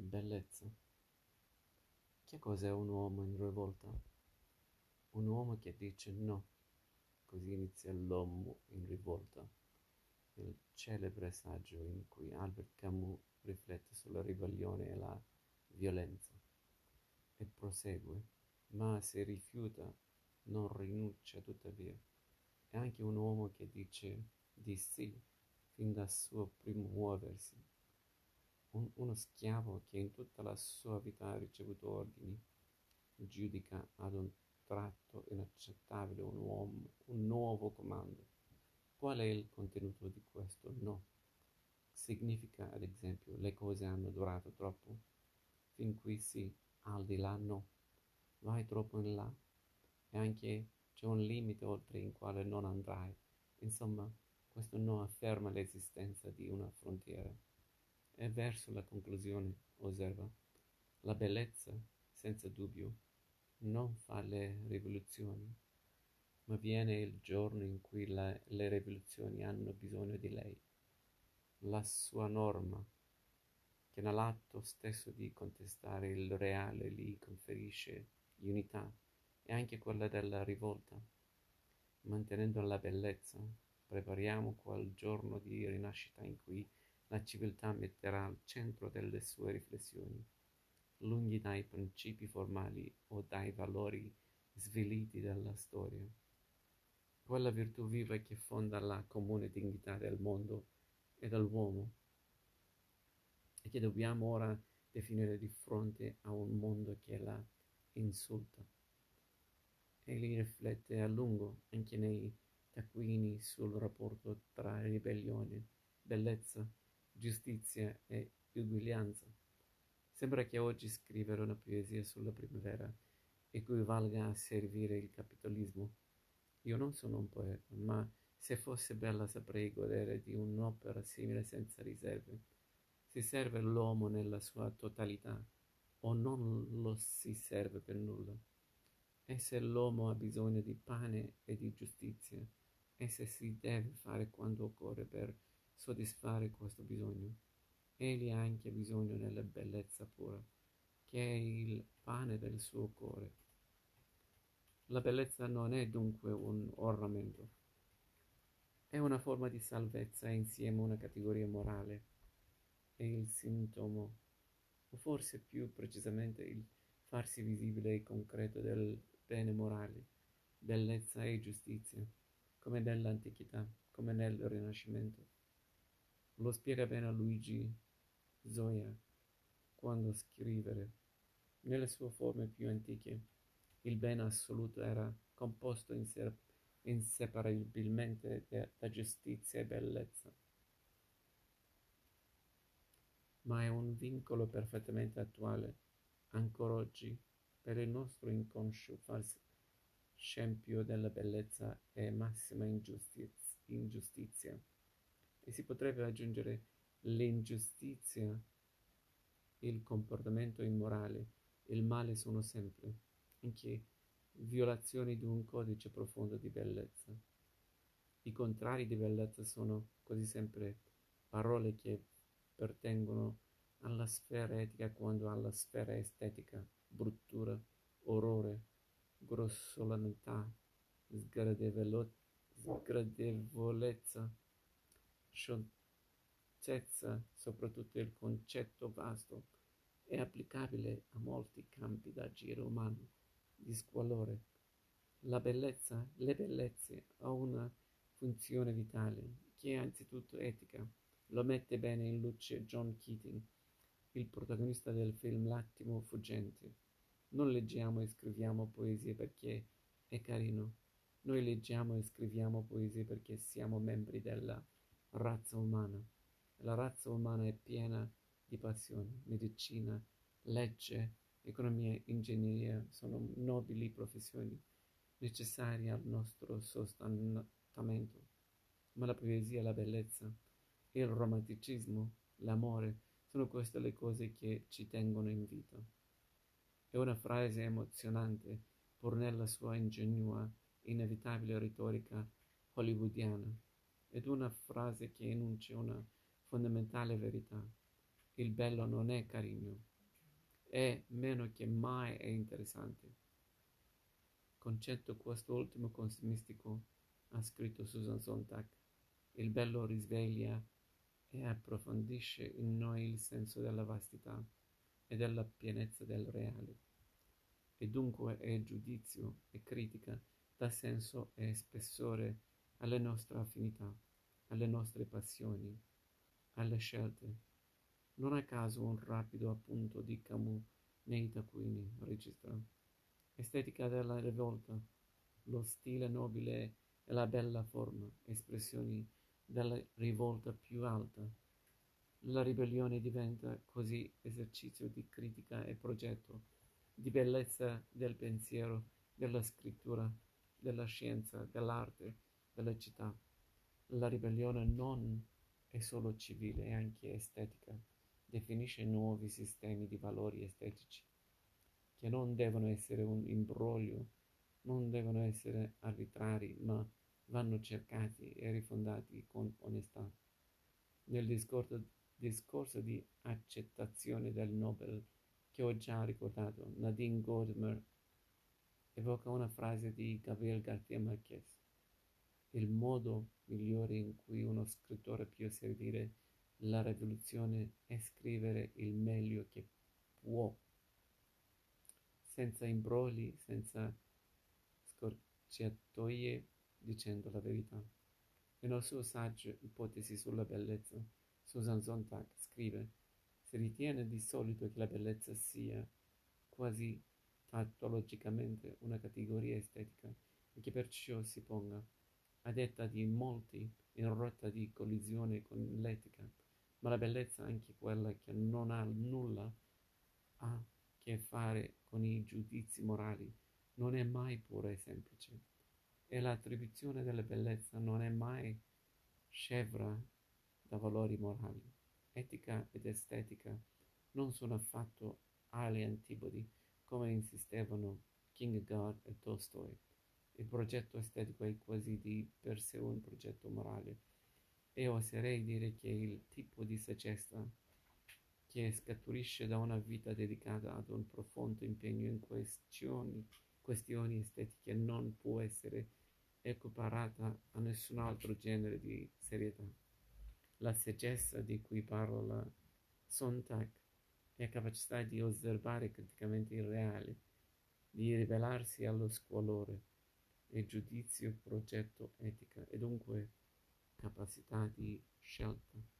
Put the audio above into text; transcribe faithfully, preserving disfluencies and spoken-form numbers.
Bellezza. Che cos'è un uomo in rivolta? Un uomo che dice no. Così inizia l'uomo in rivolta, il celebre saggio in cui Albert Camus riflette sulla ribellione e la violenza. E prosegue, ma se rifiuta, non rinuncia tuttavia. È anche un uomo che dice di sì fin dal suo primo muoversi. Un, uno schiavo che in tutta la sua vita ha ricevuto ordini, giudica ad un tratto inaccettabile un uomo, un nuovo comando. Qual è il contenuto di questo no? Significa, ad esempio, le cose hanno durato troppo? Fin qui sì, al di là no. Vai troppo in là e anche c'è un limite oltre il quale non andrai. Insomma, questo no afferma l'esistenza di una frontiera. E verso la conclusione osserva, la bellezza, senza dubbio, non fa le rivoluzioni, ma viene il giorno in cui la, le rivoluzioni hanno bisogno di lei, la sua norma, che nell'atto stesso di contestare il reale gli conferisce unità, e anche quella della rivolta. Mantenendo la bellezza, prepariamo quel giorno di rinascita in cui la civiltà metterà al centro delle sue riflessioni, lunghi dai principi formali o dai valori sviliti della storia. Quella virtù viva che fonda la comune dignità del mondo e dell'uomo, e che dobbiamo ora definire di fronte a un mondo che la insulta. E li riflette a lungo anche nei taccuini sul rapporto tra ribellione, bellezza, giustizia e uguaglianza. Sembra che oggi scrivere una poesia sulla primavera equivalga a servire il capitalismo. Io non sono un poeta, ma se fosse bella saprei godere di un'opera simile senza riserve. Si serve l'uomo nella sua totalità, o non lo si serve per nulla. E se l'uomo ha bisogno di pane e di giustizia, e se si deve fare quanto occorre per soddisfare questo bisogno, egli ha anche bisogno della bellezza pura, che è il pane del suo cuore. La bellezza non è dunque un ornamento, è una forma di salvezza e insieme una categoria morale, è il sintomo, o forse più precisamente il farsi visibile e concreto del bene morale, bellezza e giustizia, come nell'antichità, come nel Rinascimento. Lo spiega bene Luigi Zoya quando scrivere, nelle sue forme più antiche, il bene assoluto era composto inseparabilmente da giustizia e bellezza. Ma è un vincolo perfettamente attuale, ancora oggi, per il nostro inconscio farsi scempio della bellezza è massima ingiustiz- ingiustizia. E si potrebbe aggiungere l'ingiustizia, il comportamento immorale, il male sono sempre, anche violazioni di un codice profondo di bellezza. I contrari di bellezza sono quasi sempre parole che pertengono alla sfera etica quanto alla sfera estetica, bruttura, orrore, grossolanità, sgradevelo- sgradevolezza, scioltezza, soprattutto il concetto vasto è applicabile a molti campi d'agire umano, di squallore. La bellezza, le bellezze, ha una funzione vitale, che è anzitutto etica. Lo mette bene in luce John Keating, il protagonista del film L'attimo fuggente. Non leggiamo e scriviamo poesie perché è carino. Noi leggiamo e scriviamo poesie perché siamo membri della razza umana. La razza umana è piena di passione. Medicina, legge, economia, ingegneria sono nobili professioni necessarie al nostro sostentamento. Ma la poesia, la bellezza, il romanticismo, l'amore, sono queste le cose che ci tengono in vita. È una frase emozionante, pur nella sua ingenua, inevitabile retorica hollywoodiana, ed una frase che enuncia una fondamentale verità. Il bello non è carino, e meno che mai è interessante. Concetto quest'ultimo consumistico, ha scritto Susan Sontag, il bello risveglia e approfondisce in noi il senso della vastità e della pienezza del reale, e dunque è giudizio e critica, dà senso e spessore alle nostre affinità, alle nostre passioni, alle scelte. Non a caso un rapido appunto di Camus nei taccuini registra. Estetica della rivolta, lo stile nobile e la bella forma, espressioni della rivolta più alta. La ribellione diventa così esercizio di critica e progetto, di bellezza del pensiero, della scrittura, della scienza, dell'arte, della città. La ribellione non è solo civile, è anche estetica, definisce nuovi sistemi di valori estetici, che non devono essere un imbroglio, non devono essere arbitrari, ma vanno cercati e rifondati con onestà. Nel discorso, discorso di accettazione del Nobel che ho già ricordato, Nadine Gordimer evoca una frase di Gabriel García Márquez: il modo migliore in cui uno scrittore può servire la rivoluzione è scrivere il meglio che può, senza imbrogli, senza scorciatoie, dicendo la verità. Nel suo saggio Ipotesi sulla bellezza, Susan Sontag scrive: si ritiene di solito che la bellezza sia quasi tautologicamente una categoria estetica e che perciò si ponga, a detta di molti, in rotta di collisione con l'etica, ma la bellezza, anche quella che non ha nulla a che fare con i giudizi morali, non è mai pura e semplice, e l'attribuzione della bellezza non è mai scevra da valori morali. Etica ed estetica non sono affatto ali antipodi, come insistevano Kierkegaard e Tolstoi. Il progetto estetico è quasi di per sé un progetto morale, e oserei dire che il tipo di saggezza che scaturisce da una vita dedicata ad un profondo impegno in questioni, questioni estetiche non può essere equiparata a nessun altro genere di serietà. La saggezza di cui parla Sontag è capacità di osservare criticamente il reale, di rivelarsi allo squallore, e giudizio, progetto, etica, e dunque capacità di scelta.